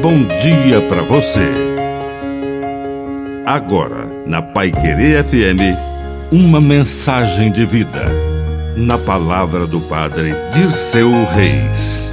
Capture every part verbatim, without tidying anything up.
bom dia para você. Agora, na Paiquerê F M, uma mensagem de vida. Na palavra do Padre Dirceu Reis.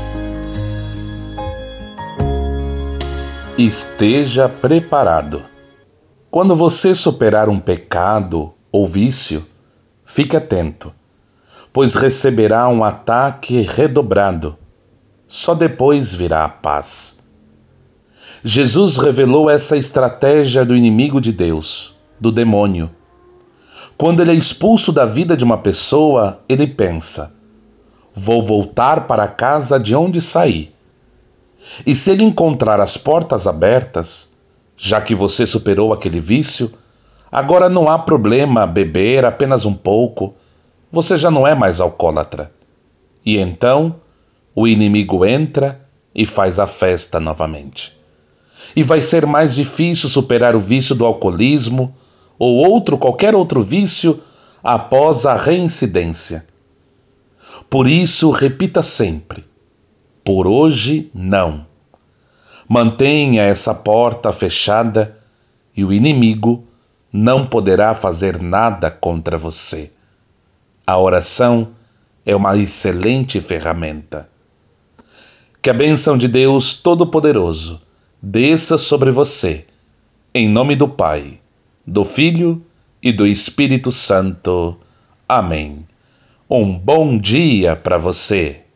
Esteja preparado. Quando você superar um pecado ou vício, fique atento, pois receberá um ataque redobrado. Só depois virá a paz. Jesus revelou essa estratégia do inimigo de Deus, do demônio. Quando ele é expulso da vida de uma pessoa, ele pensa: vou voltar para a casa de onde saí. E se ele encontrar as portas abertas, já que você superou aquele vício, agora não há problema beber apenas um pouco, você já não é mais alcoólatra. E então, o inimigo entra e faz a festa novamente. E vai ser mais difícil superar o vício do alcoolismo ou outro qualquer outro vício após a reincidência. Por isso, repita sempre: por hoje, não. Mantenha essa porta fechada e o inimigo não poderá fazer nada contra você. A oração é uma excelente ferramenta. Que a bênção de Deus Todo-Poderoso desça sobre você, em nome do Pai, do Filho e do Espírito Santo. Amém. Um bom dia para você.